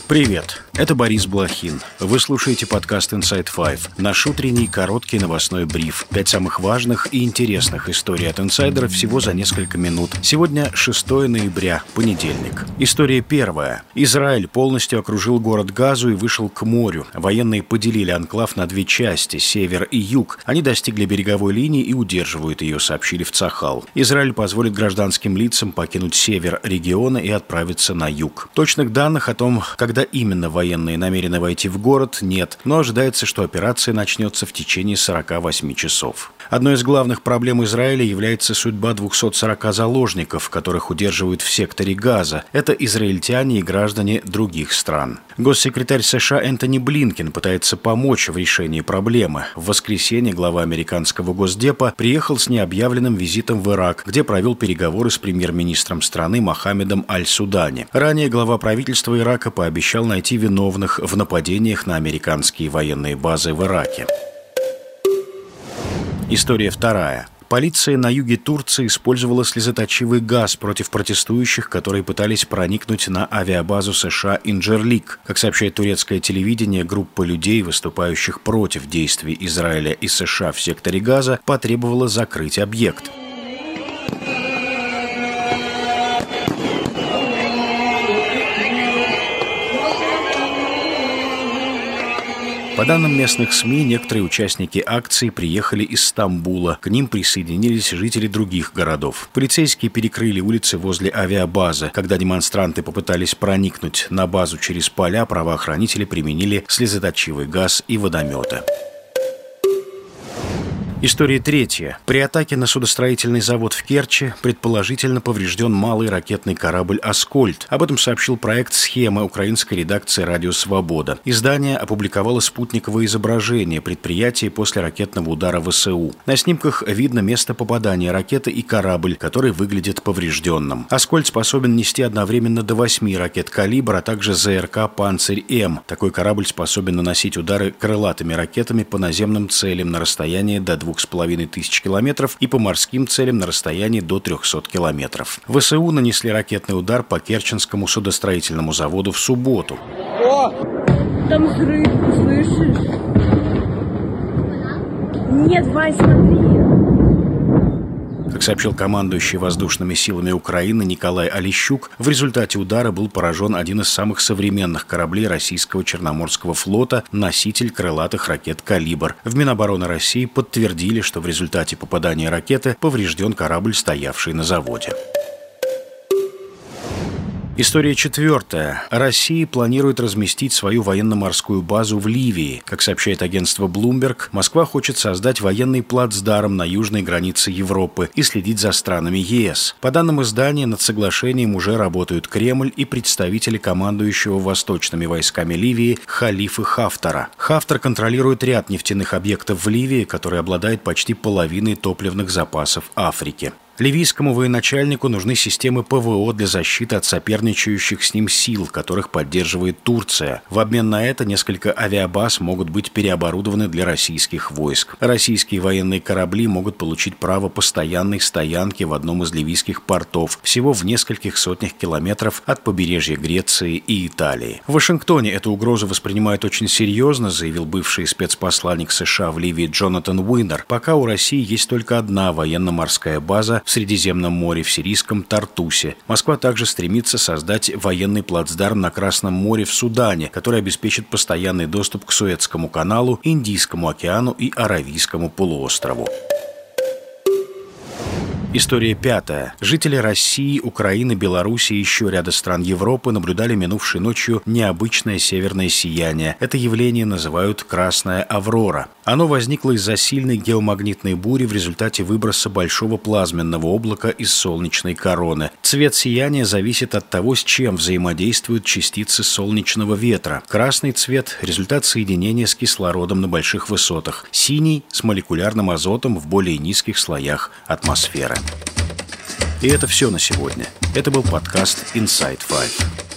Привет, это Борис Блохин. Вы слушаете подкаст Inside Five, наш утренний короткий новостной бриф. 5 самых важных и интересных историй от инсайдеров всего за несколько минут. Сегодня 6 ноября, понедельник. История первая. Израиль полностью окружил город Газу и вышел к морю. Военные поделили анклав на две части, север и юг. Они достигли береговой линии и удерживают ее, сообщили в Цахал. Израиль позволит гражданским лицам покинуть север региона и отправиться на юг. Точных данных о том, когда именно военные намерены войти в город, нет, но ожидается, что операция начнется в течение 48 часов. Одной из главных проблем Израиля является судьба 240 заложников, которых удерживают в секторе Газа. Это израильтяне и граждане других стран. Госсекретарь США Энтони Блинкен пытается помочь в решении проблемы. В воскресенье глава американского Госдепа приехал с необъявленным визитом в Ирак, где провел переговоры с премьер-министром страны Мохаммедом Аль-Судани. Ранее глава правительства Ирака пообещал найти виновных в нападениях на американские военные базы в Ираке. История вторая. Полиция на юге Турции использовала слезоточивый газ против протестующих, которые пытались проникнуть на авиабазу США Инджерлик. Как сообщает турецкое телевидение, группа людей, выступающих против действий Израиля и США в секторе Газа, потребовала закрыть объект. По данным местных СМИ, некоторые участники акции приехали из Стамбула. К ним присоединились жители других городов. Полицейские перекрыли улицы возле авиабазы. Когда демонстранты попытались проникнуть на базу через поля, правоохранители применили слезоточивый газ и водометы. История третья. При атаке на судостроительный завод в Керчи предположительно поврежден малый ракетный корабль «Аскольд». Об этом сообщил проект «Схема» украинской редакции «Радио Свобода». Издание опубликовало спутниковое изображение предприятия после ракетного удара ВСУ. На снимках видно место попадания ракеты и корабль, который выглядит поврежденным. «Аскольд» способен нести одновременно до 8 ракет «Калибр», а также ЗРК «Панцирь-М». Такой корабль способен наносить удары крылатыми ракетами по наземным целям на расстоянии до 2500 километров и по морским целям на расстоянии до 300 километров. ВСУ нанесли ракетный удар по Керченскому судостроительному заводу в субботу. О! Там взрыв, слышишь? Нет, Вань, смотри. Как сообщил командующий воздушными силами Украины Николай Олещук, в результате удара был поражен один из самых современных кораблей российского Черноморского флота, носитель крылатых ракет «Калибр». В Минобороны России подтвердили, что в результате попадания ракеты поврежден корабль, стоявший на заводе. История четвертая. Россия планирует разместить свою военно-морскую базу в Ливии. Как сообщает агентство Bloomberg, Москва хочет создать военный плацдарм на южной границе Европы и следить за странами ЕС. По данным издания, над соглашением уже работают Кремль и представители командующего восточными войсками Ливии Халифы Хафтара. Хафтар контролирует ряд нефтяных объектов в Ливии, который обладает почти половиной топливных запасов Африки. Ливийскому военачальнику нужны системы ПВО для защиты от соперничающих с ним сил, которых поддерживает Турция. В обмен на это несколько авиабаз могут быть переоборудованы для российских войск. Российские военные корабли могут получить право постоянной стоянки в одном из ливийских портов, всего в нескольких сотнях километров от побережья Греции и Италии. В Вашингтоне эту угрозу воспринимают очень серьезно, заявил бывший спецпосланник США в Ливии Джонатан Уинер. Пока у России есть только одна военно-морская база в Средиземном море, в сирийском Тартусе. Москва также стремится создать военный плацдарм на Красном море в Судане, который обеспечит постоянный доступ к Суэцкому каналу, Индийскому океану и Аравийскому полуострову. История пятая. Жители России, Украины, Беларуси и еще ряда стран Европы наблюдали минувшей ночью необычное северное сияние. Это явление называют «красная аврора». Оно возникло из-за сильной геомагнитной бури в результате выброса большого плазменного облака из солнечной короны. Цвет сияния зависит от того, с чем взаимодействуют частицы солнечного ветра. Красный цвет – результат соединения с кислородом на больших высотах. Синий – с молекулярным азотом в более низких слоях атмосферы. И это все на сегодня. Это был подкаст Inside Five.